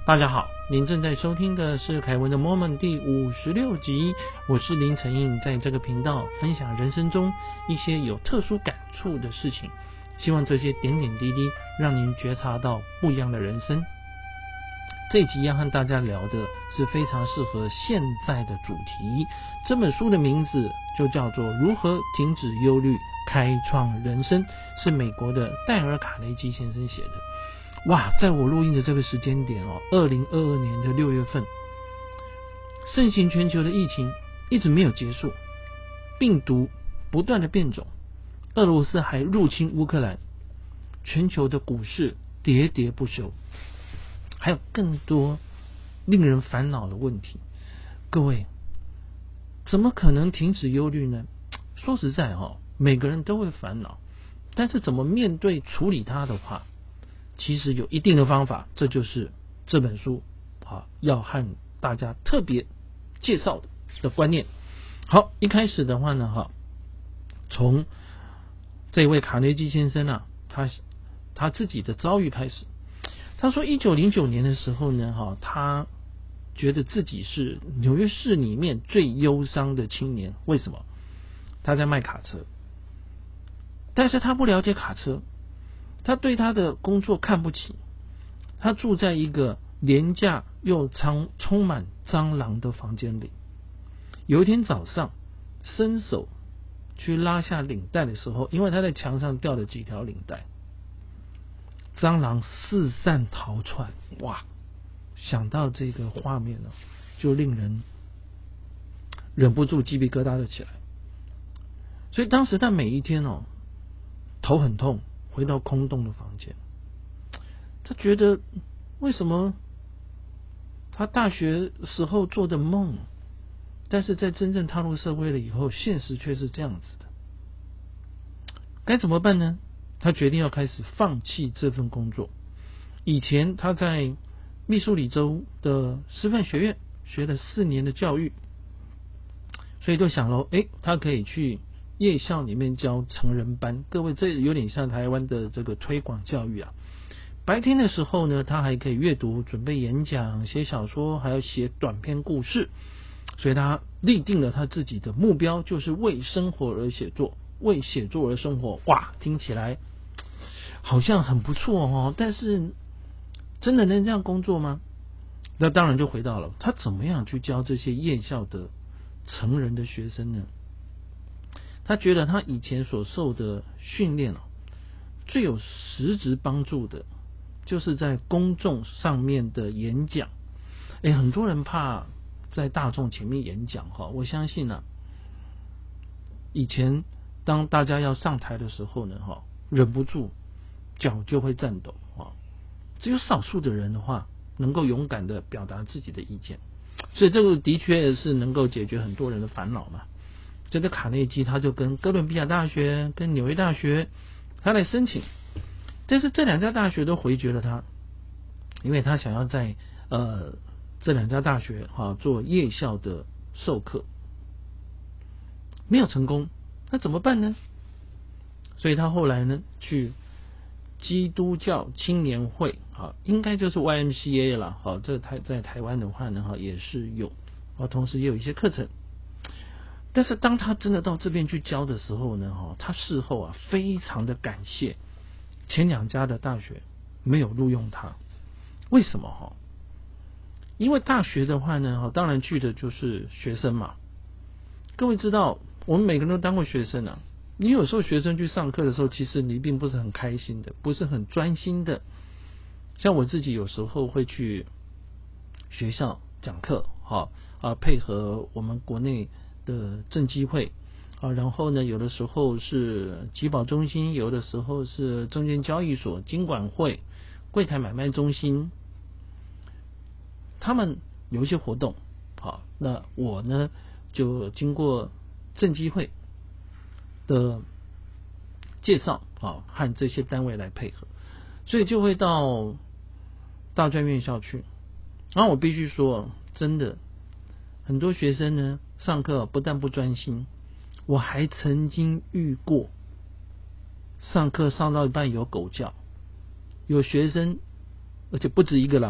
大家好，您正在收听的是凯文的 Moment 第56集，我是林承印，在这个频道分享人生中一些有特殊感触的事情，希望这些点点滴滴让您觉察到不一样的人生。这一集要和大家聊的是非常适合现在的主题，这本书的名字就叫做《如何停止忧虑，开创人生》，是美国的戴尔·卡内基先生写的。哇，在我录音的这个时间点2022年的6月份，盛行全球的疫情一直没有结束，病毒不断的变种，俄罗斯还入侵乌克兰，全球的股市喋喋不休，还有更多令人烦恼的问题。各位，怎么可能停止忧虑呢？说实在每个人都会烦恼，但是怎么面对处理它的话，其实有一定的方法，这就是这本书要和大家特别介绍的观念。好，一开始的话呢从这位卡内基先生他自己的遭遇开始。他说1909年的时候呢他觉得自己是纽约市里面最忧伤的青年。为什么？他在卖卡车，但是他不了解卡车，他对他的工作看不起，他住在一个廉价又充满蟑螂的房间里。有一天早上，伸手去拉下领带的时候，因为他在墙上吊了几条领带，蟑螂四散逃窜。哇，想到这个画面呢，就令人忍不住鸡皮疙瘩的起来。所以当时他每一天头很痛，回到空洞的房间，他觉得为什么他大学时候做的梦，但是在真正踏入社会了以后，现实却是这样子的。该怎么办呢？他决定要开始放弃这份工作。以前他在密苏里州的师范学院学了4年的教育，所以就想了他可以去夜校里面教成人班。各位，这有点像台湾的这个推广教育啊。白天的时候呢，他还可以阅读、准备演讲、写小说，还要写短篇故事。所以他立定了他自己的目标，就是为生活而写作，为写作而生活。哇，听起来好像很不错但是真的能这样工作吗？那当然就回到了他怎么样去教这些夜校的成人的学生呢？他觉得他以前所受的训练最有实质帮助的就是在公众上面的演讲。很多人怕在大众前面演讲我相信以前当大家要上台的时候呢忍不住脚就会颤抖只有少数的人的话能够勇敢的表达自己的意见，所以这个的确是能够解决很多人的烦恼嘛。这个卡内基他就跟哥伦比亚大学跟纽约大学他来申请，但是这2家大学都回绝了他，因为他想要在这2家大学做夜校的授课，没有成功。那怎么办呢？所以他后来呢去基督教青年会应该就是 YMCA 了这在台湾的话呢也是有同时也有一些课程。但是当他真的到这边去教的时候呢他事后非常的感谢前2家的大学没有录用他。为什么因为大学的话呢当然去的就是学生嘛。各位知道我们每个人都当过学生你有时候学生去上课的时候，其实你并不是很开心的，不是很专心的。像我自己有时候会去学校讲课配合我们国内的政基会然后呢有的时候是集保中心，有的时候是证券交易所、金管会、柜台买卖中心，他们有一些活动那我呢就经过政基会的介绍和这些单位来配合，所以就会到大专院校去。然后我必须说真的，很多学生呢上课不但不专心，我还曾经遇过上课上到一半有狗叫，有学生而且不止一个了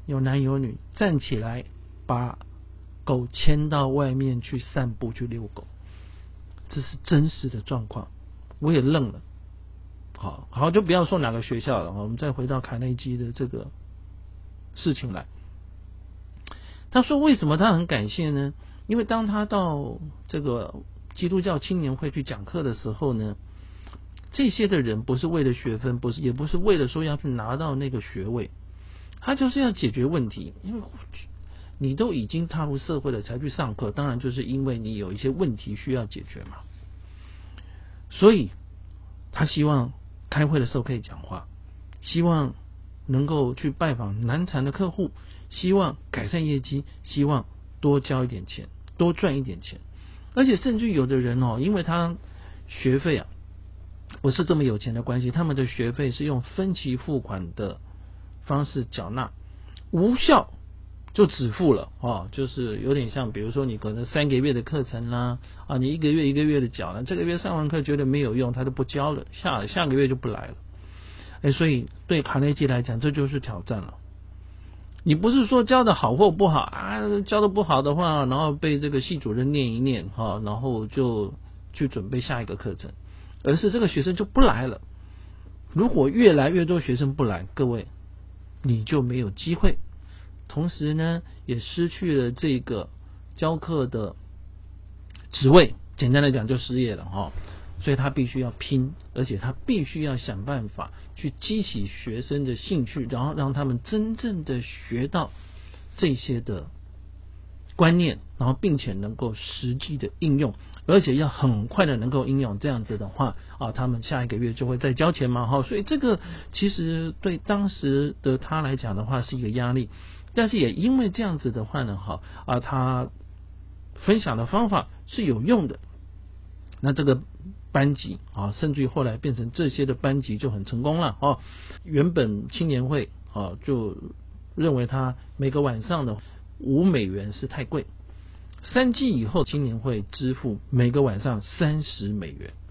有男有女站起来把狗牵到外面去散步去遛狗，这是真实的状况，我也愣了。好，就不要说哪个学校了，我们再回到卡内基的这个事情来。他说为什么他很感谢呢？因为当他到这个基督教青年会去讲课的时候呢，这些的人不是为了学分，也不是为了说要去拿到那个学位，他就是要解决问题。因为你都已经踏入社会了才去上课，当然就是因为你有一些问题需要解决嘛。所以他希望开会的时候可以讲话，希望能够去拜访难缠的客户，希望改善业绩，希望多交一点钱，多赚一点钱。而且甚至有的人因为他学费不是这么有钱的关系，他们的学费是用分期付款的方式缴纳，无效就止付了就是有点像比如说你可能3个月的课程啦你一个月的缴了，这个月上完课觉得没有用，他就不交了，下个月就不来了。所以对卡内基来讲这就是挑战了。你不是说教的好或不好教的不好的话，然后被这个系主任念一念然后就去准备下一个课程，而是这个学生就不来了。如果越来越多学生不来，各位你就没有机会，同时呢也失去了这个教课的职位，简单来讲就失业了所以他必须要拼，而且他必须要想办法去激起学生的兴趣，然后让他们真正的学到这些的观念，然后并且能够实际的应用，而且要很快的能够应用，这样子的话他们下一个月就会再交钱嘛所以这个其实对当时的他来讲的话是一个压力，但是也因为这样子的话呢他分享的方法是有用的，那这个班级甚至于后来变成这些的班级就很成功了原本青年会就认为他每个晚上的$5是太贵，3季以后青年会支付每个晚上$30，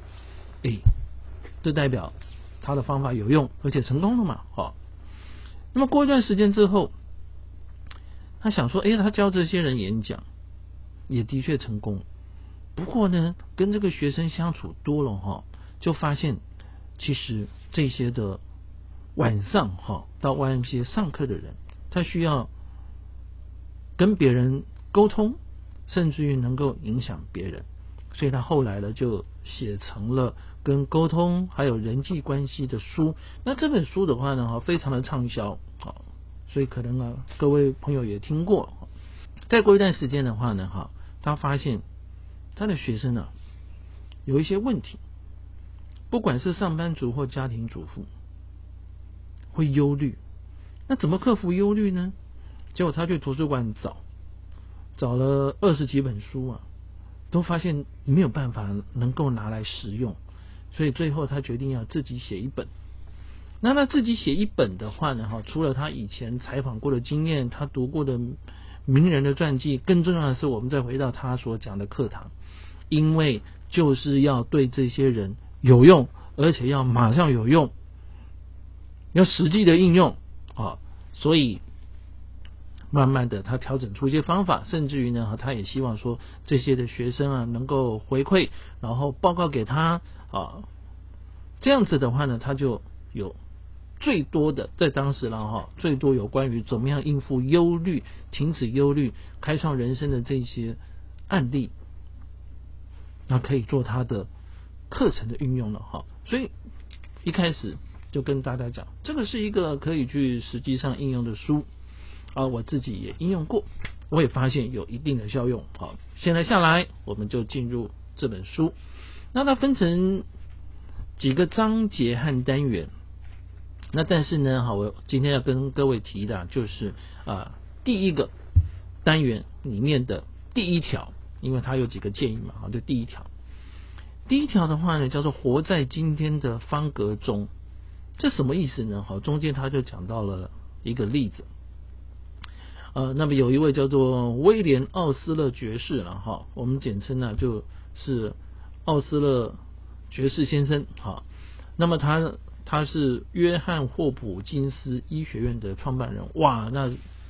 这代表他的方法有用而且成功了嘛那么过一段时间之后，他想说他教这些人演讲也的确成功，不过呢跟这个学生相处多了就发现其实这些的晚上到 YMCA 上课的人，他需要跟别人沟通，甚至于能够影响别人，所以他后来呢就写成了跟沟通还有人际关系的书。那这本书的话呢非常的畅销所以可能各位朋友也听过。再过一段时间的话呢他发现他的学生有一些问题，不管是上班族或家庭主妇会忧虑，那怎么克服忧虑呢？结果他去图书馆找了20几本书都发现没有办法能够拿来使用，所以最后他决定要自己写一本。那他自己写一本的话呢除了他以前采访过的经验，他读过的名人的传记，更重要的是我们再回到他所讲的课堂，因为就是要对这些人有用，而且要马上有用，要实际的应用所以慢慢的他调整出一些方法，甚至于呢他也希望说这些的学生能够回馈，然后报告给他这样子的话呢他就有最多的在当时最多有关于怎么样应付忧虑、停止忧虑、开创人生的这些案例，那可以做他的课程的运用了所以一开始就跟大家讲，这个是一个可以去实际上应用的书我自己也应用过，我也发现有一定的效用现在下来我们就进入这本书。那它分成几个章节和单元，那但是呢我今天要跟各位提的就是第一个单元里面的第一条，因为它有几个建议嘛就第一条的话呢叫做活在今天的方格中。这什么意思呢中间他就讲到了一个例子那么有一位叫做威廉奥斯勒爵士我们简称就是奥斯勒爵士先生那么他是约翰霍普金斯医学院的创办人。哇，那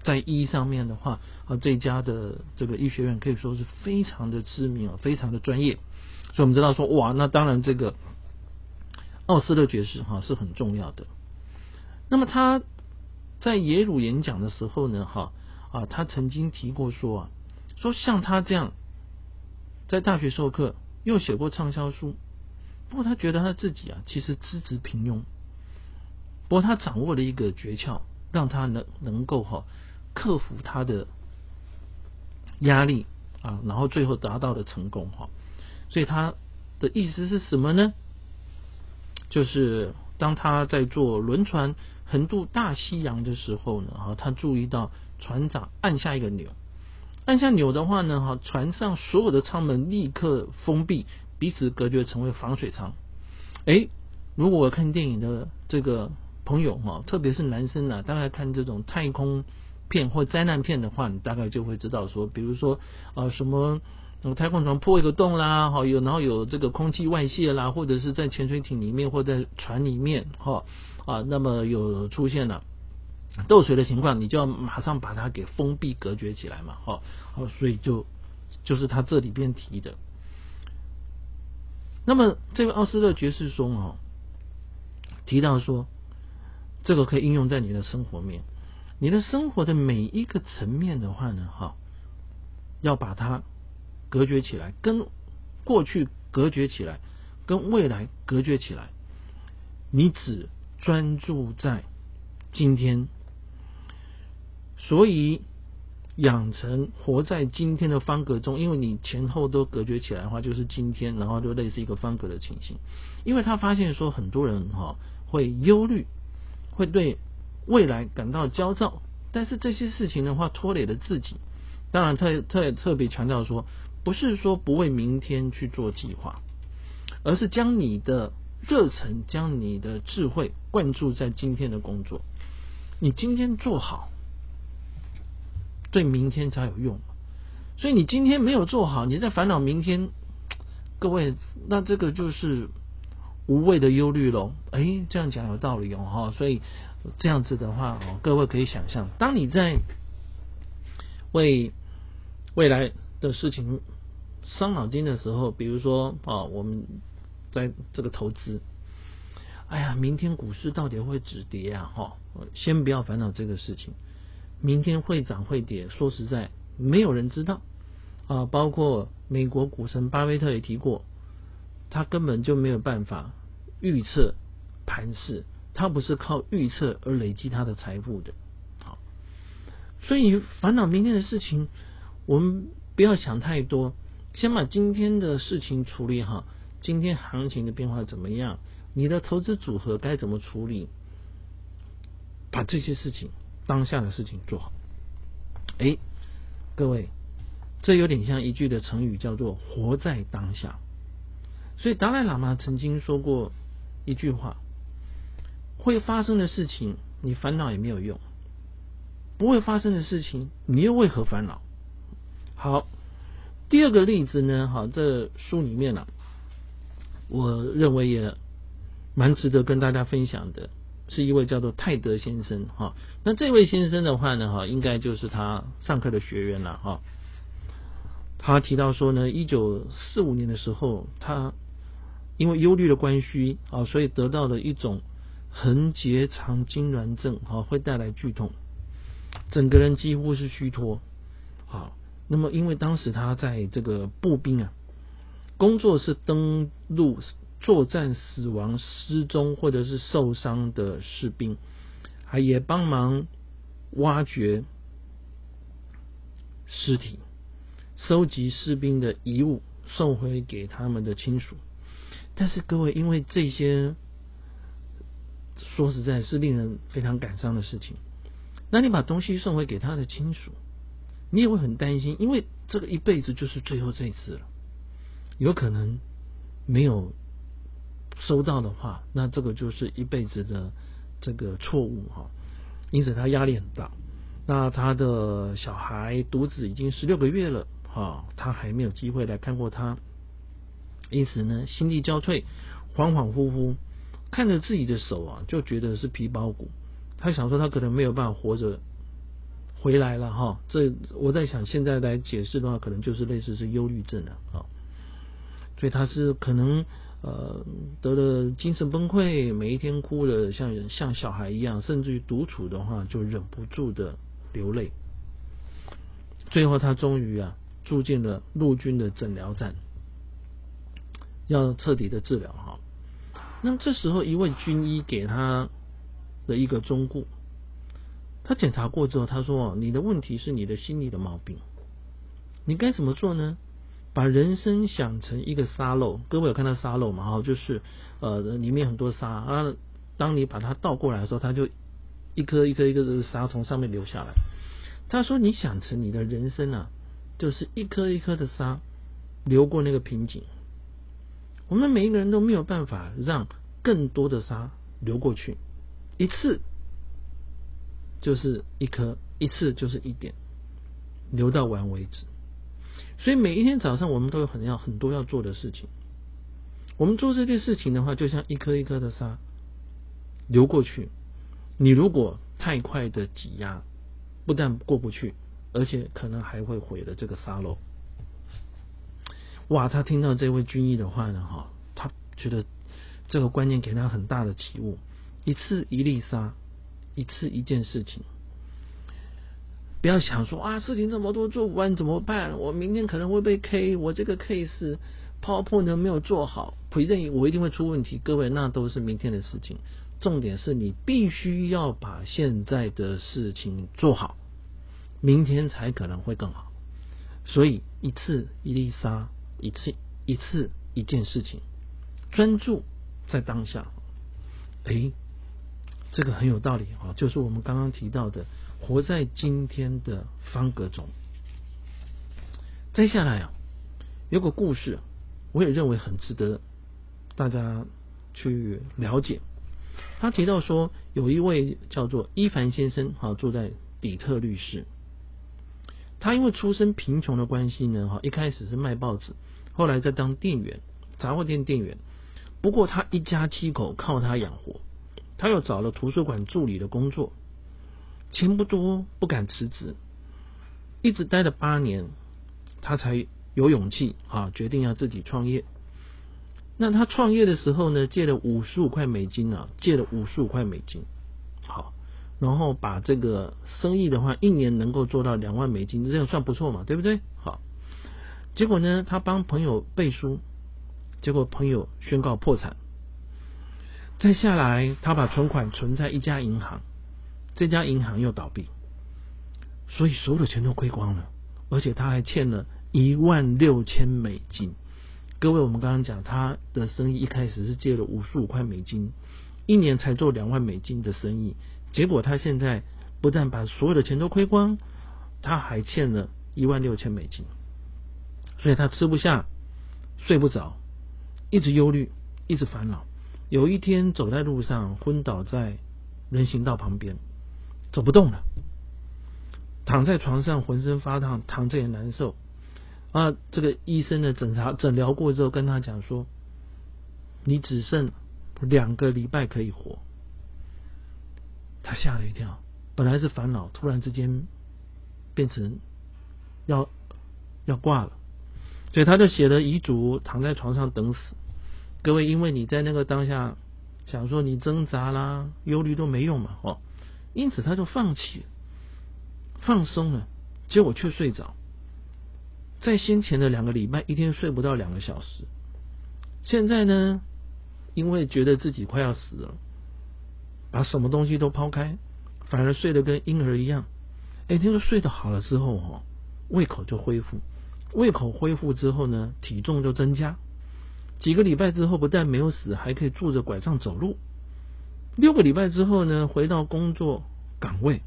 在医上面的话这家的这个医学院可以说是非常的知名非常的专业，所以我们知道说哇，那当然这个奥斯勒爵士是很重要的。那么他在耶鲁演讲的时候呢他曾经提过说像他这样在大学授课又写过畅销书，不过他觉得他自己其实资质平庸，不过他掌握了一个诀窍，让他能够克服他的压力然后最后达到了成功所以他的意思是什么呢？就是当他在坐轮船横渡大西洋的时候呢他注意到船长按下一个钮，按下钮的话呢船上所有的舱门立刻封闭，彼此隔绝成为防水舱。如果我看电影的这个朋友特别是男生大概看这种太空片或灾难片的话，你大概就会知道说，比如说什么太空船破一个洞啦然后有这个空气外泄啦，或者是在潜水艇里面或在船里面那么有出现了漏水的情况，你就要马上把它给封闭隔绝起来嘛所以就是他这里边提的。那么这个奥斯勒爵士松提到说，这个可以应用在你的生活面，你的生活的每一个层面的话呢要把它隔绝起来，跟过去隔绝起来，跟未来隔绝起来，你只专注在今天。所以养成活在今天的方格中，因为你前后都隔绝起来的话，就是今天，然后就类似一个方格的情形。因为他发现说很多人会忧虑，会对未来感到焦躁，但是这些事情的话拖累了自己。当然他也特别强调说，不是说不为明天去做计划，而是将你的热忱，将你的智慧灌注在今天的工作。你今天做好，对明天才有用。所以你今天没有做好，你在烦恼明天，各位，那这个就是无谓的忧虑咯。这样讲有道理所以这样子的话各位可以想象，当你在为未来的事情伤脑筋的时候，比如说我们在这个投资，明天股市到底会止跌先不要烦恼这个事情，明天会涨会跌，说实在没有人知道包括美国股神巴菲特也提过，他根本就没有办法预测盘势，他不是靠预测而累积他的财富的。所以烦恼明天的事情，我们不要想太多，先把今天的事情处理好。今天行情的变化怎么样，你的投资组合该怎么处理，把这些事情当下的事情做好。各位，这有点像一句的成语叫做活在当下。所以达赖喇嘛曾经说过一句话，会发生的事情你烦恼也没有用，不会发生的事情你又为何烦恼。好，第二个例子呢这书里面我认为也蛮值得跟大家分享的，是一位叫做泰德先生那这位先生的话呢应该就是他上课的学员了他提到说呢，1945年的时候，他因为忧虑的关系所以得到了一种横结肠痉挛症会带来剧痛，整个人几乎是虚脱那么因为当时他在这个步兵工作是登陆作战死亡失踪或者是受伤的士兵，也帮忙挖掘尸体，收集士兵的遗物送回给他们的亲属。但是各位，因为这些说实在是令人非常感伤的事情，那你把东西送回给他的亲属，你也会很担心，因为这个一辈子就是最后这一次了，有可能没有收到的话，那这个就是一辈子的这个错误因此他压力很大。那他的小孩独子已经16个月了他还没有机会来看过他，因此呢心力交瘁，恍恍惚惚看着自己的手就觉得是皮包骨，他想说他可能没有办法回来了哈。这我在想，现在来解释的话，可能就是类似是忧郁症了啊。所以他是可能得了精神崩溃，每一天哭的像小孩一样，甚至于独处的话就忍不住的流泪。最后他终于住进了陆军的诊疗站，要彻底的治疗哈。那么这时候一位军医给他的一个忠告，他检查过之后，他说你的问题是你的心理的毛病，你该怎么做呢？把人生想成一个沙漏，各位有看到沙漏吗？就是里面很多沙当你把它倒过来的时候，它就一颗一颗一颗的沙从上面流下来。他说你想成你的人生就是一颗一颗的沙流过那个瓶颈。我们每一个人都没有办法让更多的沙流过去，一次就是一颗，一次就是一点，流到完为止。所以每一天早上我们都有很多要做的事情，我们做这件事情的话，就像一颗一颗的沙流过去，你如果太快的挤压，不但过不去，而且可能还会毁了这个沙漏。哇，他听到这位军医的话呢，他觉得这个观念给他很大的启悟，一次一粒沙，一次一件事情。不要想说事情这么多做不完怎么办？我明天可能会被 K， 我这个 case PowerPoint 没有做好 ，present 我一定会出问题。各位，那都是明天的事情。重点是你必须要把现在的事情做好，明天才可能会更好。所以一次一粒沙，一次一件事情，专注在当下。这个很有道理就是我们刚刚提到的活在今天的方格中。再下来有个故事，我也认为很值得大家去了解。他提到说，有一位叫做伊凡先生住在底特律市。他因为出身贫穷的关系呢，一开始是卖报纸，后来在当店员，杂货店店员。不过他一家7口靠他养活，他又找了图书馆助理的工作，钱不多，不敢辞职，一直待了8年，他才有勇气决定要自己创业。那他创业的时候呢，借了$55好，然后把这个生意的话，一年能够做到$2万，这样算不错嘛，对不对？好，结果呢，他帮朋友背书，结果朋友宣告破产。再下来，他把存款存在一家银行，这家银行又倒闭，所以所有的钱都亏光了，而且他还欠了$16,000。各位，我们刚刚讲他的生意一开始是借了$55，一年才做$2万的生意，结果他现在不但把所有的钱都亏光，他还欠了$16,000，所以他吃不下睡不着，一直忧虑，一直烦恼。有一天走在路上，昏倒在人行道旁边，走不动了，躺在床上浑身发烫，躺着也难受。这个医生的诊疗过之后跟他讲说，你只剩2个礼拜可以活。他吓了一跳，本来是烦恼，突然之间变成要挂了，所以他就写了遗嘱，躺在床上等死。各位，因为你在那个当下想说你挣扎啦忧虑都没用嘛因此他就放弃了，放松了，结果却睡着。在先前的2个礼拜，一天睡不到2个小时。现在呢，因为觉得自己快要死了，把什么东西都抛开，反而睡得跟婴儿一样。听说睡得好了之后胃口就恢复，胃口恢复之后呢，体重就增加。几个礼拜之后，不但没有死，还可以拄着拐杖走路。6个礼拜之后呢，回到工作岗位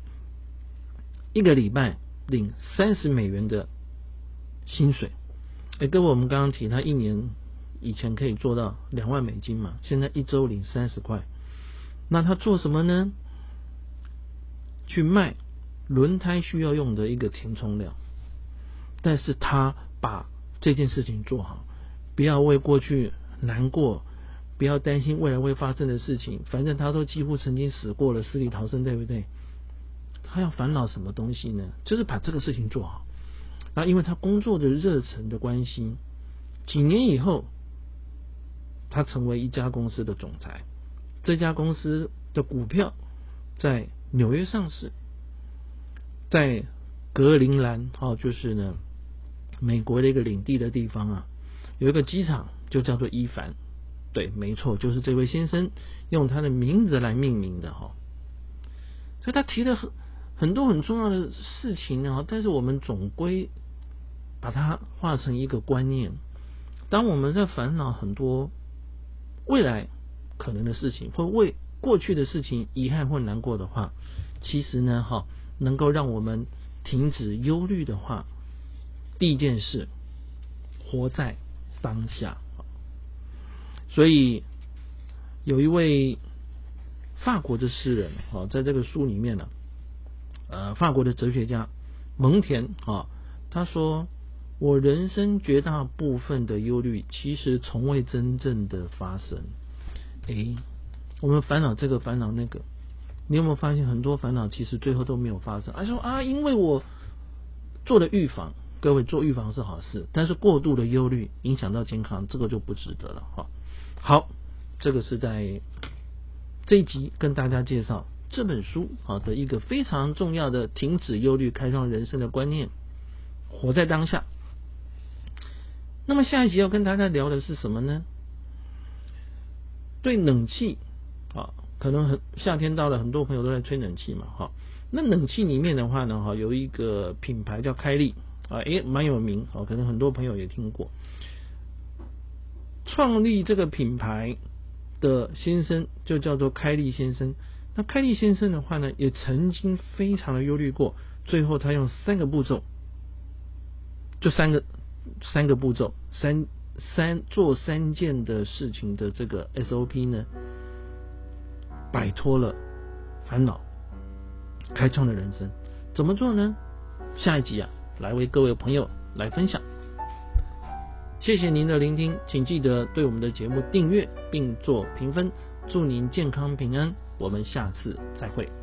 ，1个礼拜领$30的薪水。各位，我们刚刚提他一年以前可以做到$2万嘛，现在1周领30块。那他做什么呢？去卖轮胎需要用的一个填充料，但是他把这件事情做好，不要为过去难过，不要担心未来会发生的事情，反正他都几乎曾经死过了，死里逃生，对不对？ 他要烦恼什么东西呢？就是把这个事情做好。那因为他工作的热忱的关系，几年以后，他成为一家公司的总裁。这家公司的股票在纽约上市，在格陵兰，就是呢美国的一个领地的地方啊，有一个机场就叫做伊凡。对，没错，就是这位先生用他的名字来命名的哈。所以他提了很多很重要的事情啊，但是我们总归把它化成一个观念。当我们在烦恼很多未来可能的事情，或为过去的事情遗憾或难过的话，其实呢能够让我们停止忧虑的话，第一件事，活在当下。所以有一位法国的诗人在这个书里面呢，法国的哲学家蒙田他说，我人生绝大部分的忧虑其实从未真正的发生。我们烦恼这个烦恼那个，你有没有发现很多烦恼其实最后都没有发生？说因为我做了预防，各位做预防是好事，但是过度的忧虑影响到健康，这个就不值得了好，这个是在这一集跟大家介绍这本书的一个非常重要的停止忧虑开创人生的观念，活在当下。那么下一集要跟大家聊的是什么呢？对冷气可能夏天到了，很多朋友都在吹冷气嘛那冷气里面的话呢有一个品牌叫开利蛮有名可能很多朋友也听过。创立这个品牌的先生就叫做开利先生。那开利先生的话呢，也曾经非常的忧虑过，最后他用3个步骤，就三个步骤，做3件的事情的这个 SOP 呢，摆脱了烦恼，开创了人生。怎么做呢？下一集来为各位朋友来分享。谢谢您的聆听，请记得对我们的节目订阅并做评分，祝您健康平安，我们下次再会。